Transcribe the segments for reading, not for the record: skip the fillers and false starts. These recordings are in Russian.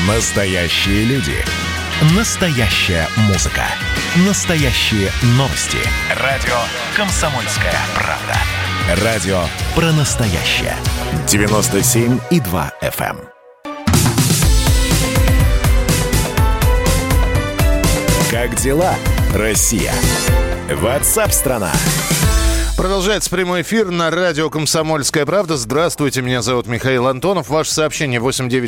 Настоящие люди. Настоящая музыка. Настоящие новости. Радио «Комсомольская правда». Радио про настоящее. 97,2 FM. Как дела, Россия? WhatsApp-страна. Продолжается прямой эфир на радио «Комсомольская правда». Здравствуйте, меня зовут Михаил Антонов. Ваше сообщение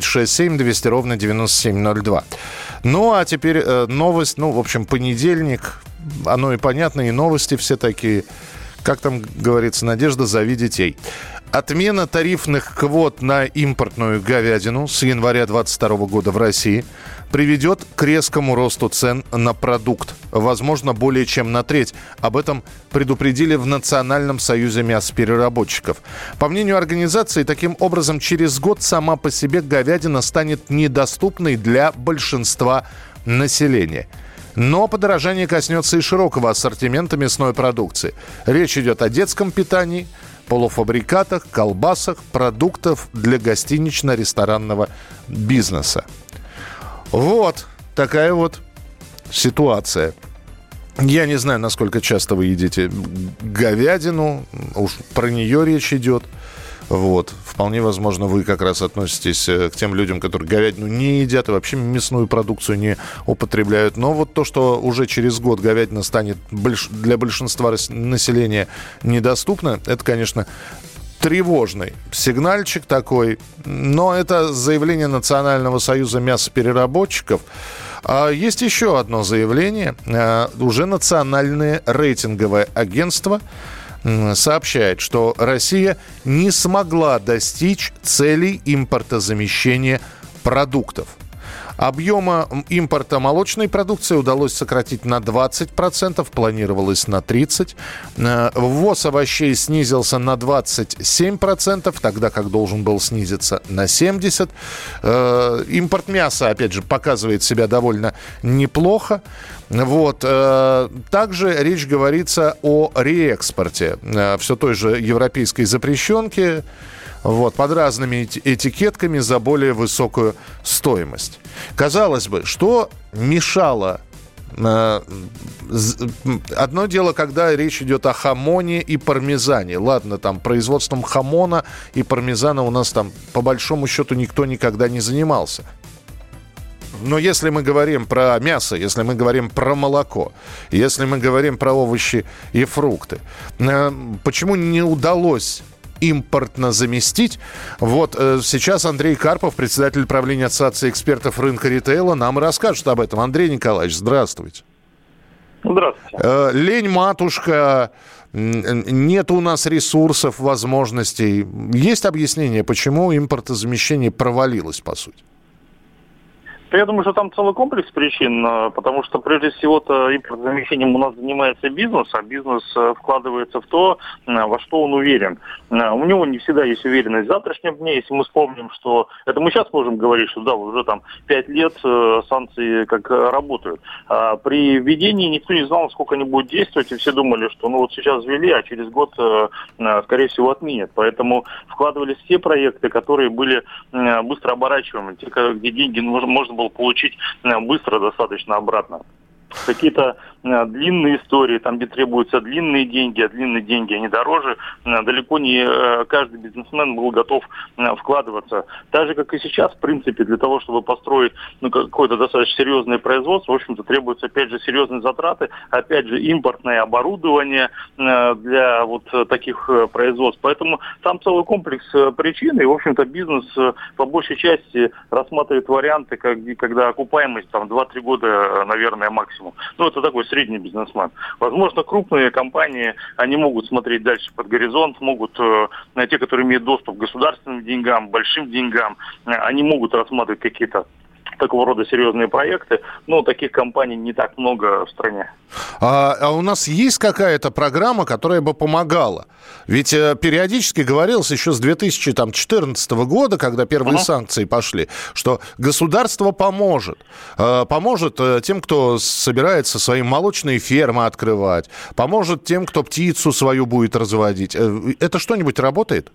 8967-200-97-02. Ну, а теперь новость. В общем, понедельник. Оно и понятно, и новости все такие. Как там говорится, надежда, зови детей. Отмена тарифных квот на импортную говядину с января 2022 года в России приведет к резкому росту цен на продукт. Возможно, более чем на треть. Об этом предупредили в Национальном союзе мясопереработчиков. По мнению организации, таким образом, через год сама по себе говядина станет недоступной для большинства населения. Но подорожание коснется и широкого ассортимента мясной продукции. Речь идет о детском питании, полуфабрикатах, колбасах, продуктов для гостинично-ресторанного бизнеса. Вот такая вот ситуация. Я не знаю, насколько часто вы едите говядину, уж про нее речь идет. Вот. Вполне возможно, вы как раз относитесь к тем людям, которые говядину не едят и вообще мясную продукцию не употребляют. Но вот то, что уже через год говядина станет для большинства населения недоступна, это, конечно, тревожный сигнальчик такой. Но это заявление Национального союза мясопереработчиков. Есть еще одно заявление. Уже Национальное рейтинговое агентство сообщает, что Россия не смогла достичь целей импортозамещения продуктов. Объема импорта молочной продукции удалось сократить на 20%, планировалось на 30%. Ввоз овощей снизился на 27%, тогда как должен был снизиться на 70%. Импорт мяса, опять же, показывает себя довольно неплохо. Вот. Также речь говорится о реэкспорте все той же европейской запрещенки, вот, под разными этикетками за более высокую стоимость. Казалось бы, что мешало? Одно дело, когда речь идет о хамоне и пармезане. Ладно, там производством хамона и пармезана у нас там по большому счету никто никогда не занимался. Но если мы говорим про мясо, если мы говорим про молоко, если мы говорим про овощи и фрукты, почему не удалось импортно заместить? Вот сейчас Андрей Карпов, председатель правления Ассоциации экспертов рынка ритейла, нам расскажет об этом. Андрей Николаевич, здравствуйте. Здравствуйте. Лень, матушка, нет у нас ресурсов, возможностей. Есть объяснение, почему импортозамещение провалилось, по сути? Я думаю, что там целый комплекс причин, потому что прежде всего-то импортозамещением у нас занимается бизнес, а бизнес вкладывается в то, во что он уверен. У него не всегда есть уверенность в завтрашнем дне. Если мы вспомним, что это мы сейчас можем говорить, что да, уже там 5 лет санкции как работают. А при введении никто не знал, сколько они будут действовать, и все думали, что вот сейчас ввели, а через год, скорее всего, отменят. Поэтому вкладывались те проекты, которые были быстро оборачиваемы, те, где деньги можно было получить быстро достаточно обратно. Какие-то длинные истории, там, где требуются длинные деньги, а длинные деньги, они дороже, далеко не каждый бизнесмен был готов вкладываться. Так же, как и сейчас, в принципе, для того, чтобы построить какое-то достаточно серьезное производство, в общем-то, требуются, опять же, серьезные затраты, опять же, импортное оборудование для вот таких производств. Поэтому там целый комплекс причин, и, в общем-то, бизнес по большей части рассматривает варианты, когда окупаемость там 2-3 года, наверное, максимум. Это такой средний бизнесмен. Возможно, крупные компании, они могут смотреть дальше под горизонт, могут, те, которые имеют доступ к государственным деньгам, большим деньгам, они могут рассматривать какие-то такого рода серьезные проекты, но таких компаний не так много в стране. А у нас есть какая-то программа, которая бы помогала? Ведь периодически говорилось еще с 2014 года, когда первые санкции пошли, что государство поможет. Поможет тем, кто собирается свои молочные фермы открывать, поможет тем, кто птицу свою будет разводить. Это что-нибудь работает?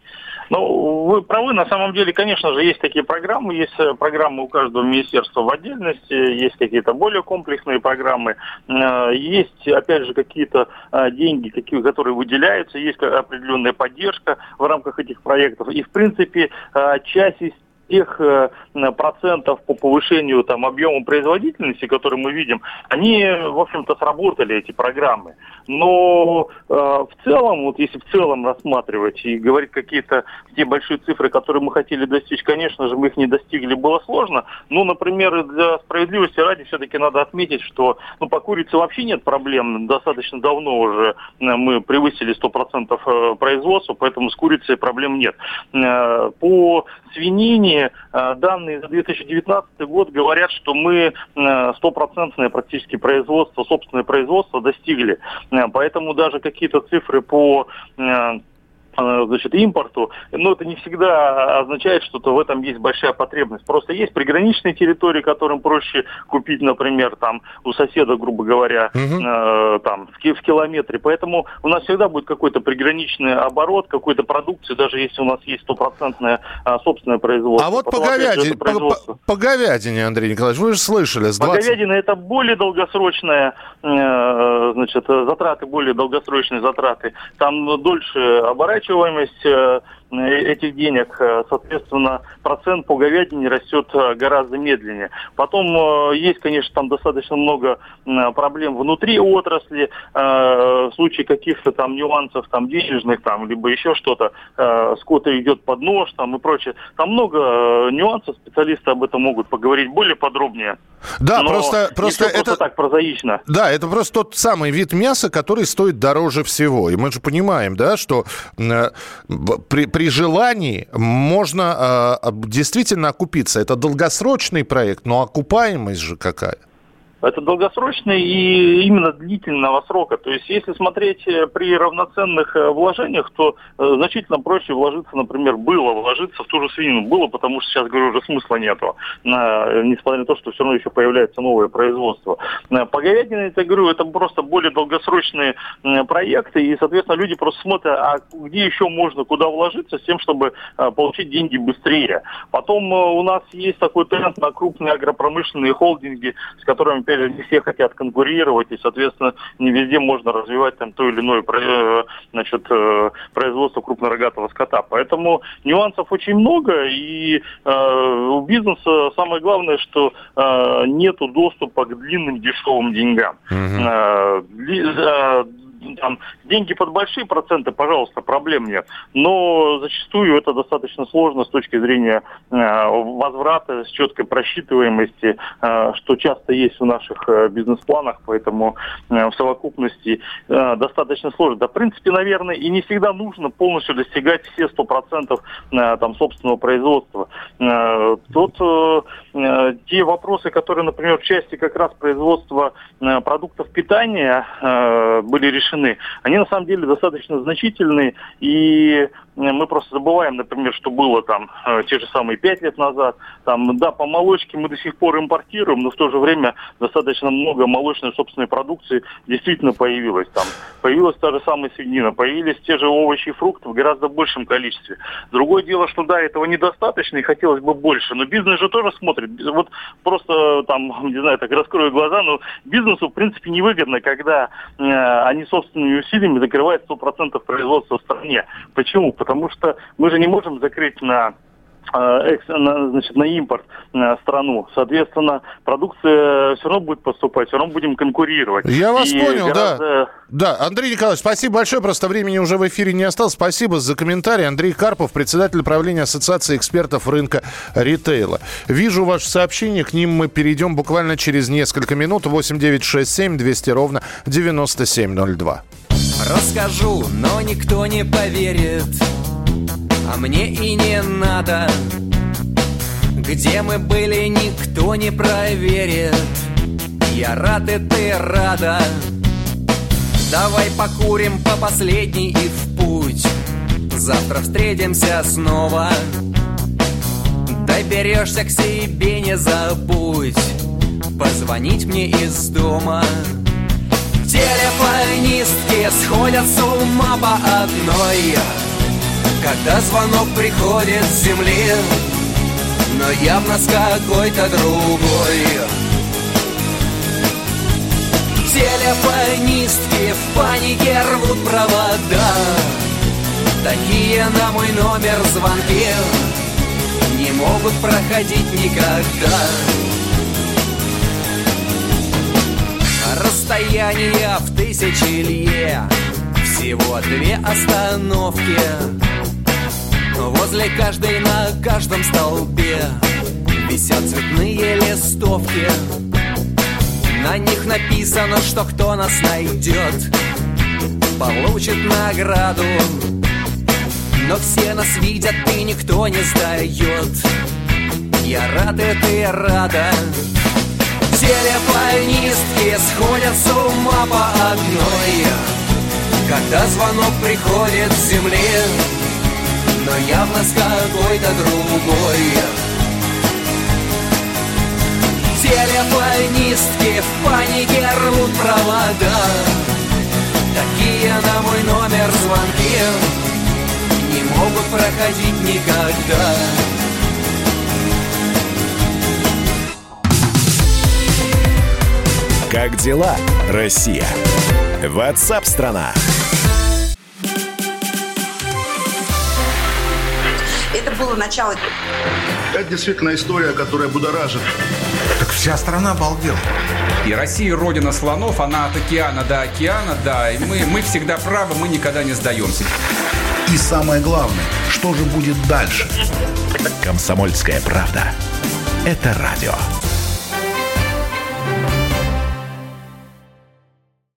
Ну, вы правы, на самом деле, конечно же, есть такие программы, есть программы у каждого министерства в отдельности, есть какие-то более комплексные программы, есть, опять же, какие-то деньги, которые выделяются, есть определенная поддержка в рамках этих проектов, и, в принципе, часть из тех процентов по повышению там объема производительности, которые мы видим, они, в общем-то, сработали, эти программы. Но в целом, вот если в целом рассматривать и говорить какие-то те большие цифры, которые мы хотели достичь, конечно же, мы их не достигли, было сложно. Но, например, для справедливости ради все-таки надо отметить, что по курице вообще нет проблем. Достаточно давно уже мы превысили 100% производства, поэтому с курицей проблем нет. По свинине данные за 2019 год говорят, что мы 100% практически производство, собственное производство достигли. Поэтому даже какие-то цифры по импорту, но это не всегда означает, что в этом есть большая потребность. Просто есть приграничные территории, которым проще купить, например, там у соседа, грубо говоря, там в километре. Поэтому у нас всегда будет какой-то приграничный оборот, какой-то продукции, даже если у нас есть 100% собственное производство. А вот по говядине, Андрей Николаевич, вы же слышали. По говядине это более долгосрочные затраты, более долгосрочные затраты. Там дольше оборачиваемость этих денег, соответственно, процент по говядине растет гораздо медленнее. Потом есть, конечно, там достаточно много проблем внутри отрасли, в случае каких-то там нюансов там денежных, там, либо еще что-то, скот идет под нож там и прочее. Там много нюансов, специалисты об этом могут поговорить более подробнее. Да, но просто это так прозаично. Да, это просто тот самый вид мяса, который стоит дороже всего. И мы же понимаем, да, что при желании можно действительно окупиться. Это долгосрочный проект, но окупаемость же какая? Это долгосрочный и именно длительного срока. То есть, если смотреть при равноценных вложениях, то значительно проще вложиться, например, вложиться в ту же свинину. Было, потому что сейчас, говорю, уже смысла нету. Несмотря на то, что все равно еще появляется новое производство. По говядине, я говорю, это просто более долгосрочные проекты. И, соответственно, люди просто смотрят, а где еще можно, куда вложиться, с тем, чтобы получить деньги быстрее. Потом у нас есть такой тренд на крупные агропромышленные холдинги, с которыми, опять же, не все хотят конкурировать, и, соответственно, не везде можно развивать там то или иное производство крупнорогатого скота. Поэтому нюансов очень много, и у бизнеса самое главное, что нету доступа к длинным дешевым деньгам. Там, деньги под большие проценты, пожалуйста, проблем нет. Но зачастую это достаточно сложно с точки зрения возврата, с четкой просчитываемости, что часто есть в наших бизнес-планах, поэтому в совокупности достаточно сложно. Да, в принципе, наверное, и не всегда нужно полностью достигать все 100% там, собственного производства. Те вопросы, которые, например, в части как раз производства продуктов питания были решены, они на самом деле достаточно значительные, и мы просто забываем, например, что было там те же самые 5 лет назад. Там, да, по молочке мы до сих пор импортируем, но в то же время достаточно много молочной собственной продукции действительно появилось. Там появилась та же самая свинина, появились те же овощи и фрукты в гораздо большем количестве. Другое дело, что да, этого недостаточно и хотелось бы больше, но бизнес же тоже смотрит. Вот просто там, не знаю, так раскрою глаза, но бизнесу в принципе невыгодно, когда они собственными усилиями закрывают 100% производства в стране. Почему? Потому что мы же не можем закрыть на импорт страну. Соответственно, продукция все равно будет поступать, все равно будем конкурировать. Я вас понял, да. Да, Андрей Николаевич, спасибо большое, просто времени уже в эфире не осталось. Спасибо за комментарий. Андрей Карпов, председатель правления Ассоциации экспертов рынка ритейла. Вижу ваше сообщение, к ним мы перейдем буквально через несколько минут. 8 9 6 7 200 ровно 9702. Расскажу, но никто не поверит, а мне и не надо. Где мы были, никто не проверит. Я рад, и ты рада. Давай покурим по последней и в путь. Завтра встретимся снова. Доберешься к себе, не забудь позвонить мне из дома. Телефонистки сходят с ума по одной. когда звонок приходит с земли, но явно с какой-то другой. Телефонистки в панике рвут провода, такие на мой номер звонки не могут проходить никогда. Расстояние в 1000 лье, всего 2 остановки. Возле каждой на каждом столбе висят цветные листовки. На них написано, что кто нас найдет, получит награду. Но все нас видят и никто не сдает. Я рад, и ты рада. Телефонистки сходят с ума по одной, когда звонок приходит с земли, но явно с какой-то другой. Телефонистки в панике рвут провода, такие на мой номер звонки не могут проходить никогда. Как дела, Россия? WhatsApp-страна. Это было начало. Это действительно история, которая будоражит. Так вся страна обалдела. И Россия родина слонов, она от океана до океана, да. И мы всегда правы, мы никогда не сдаемся. И самое главное, что же будет дальше? «Комсомольская правда». Это радио.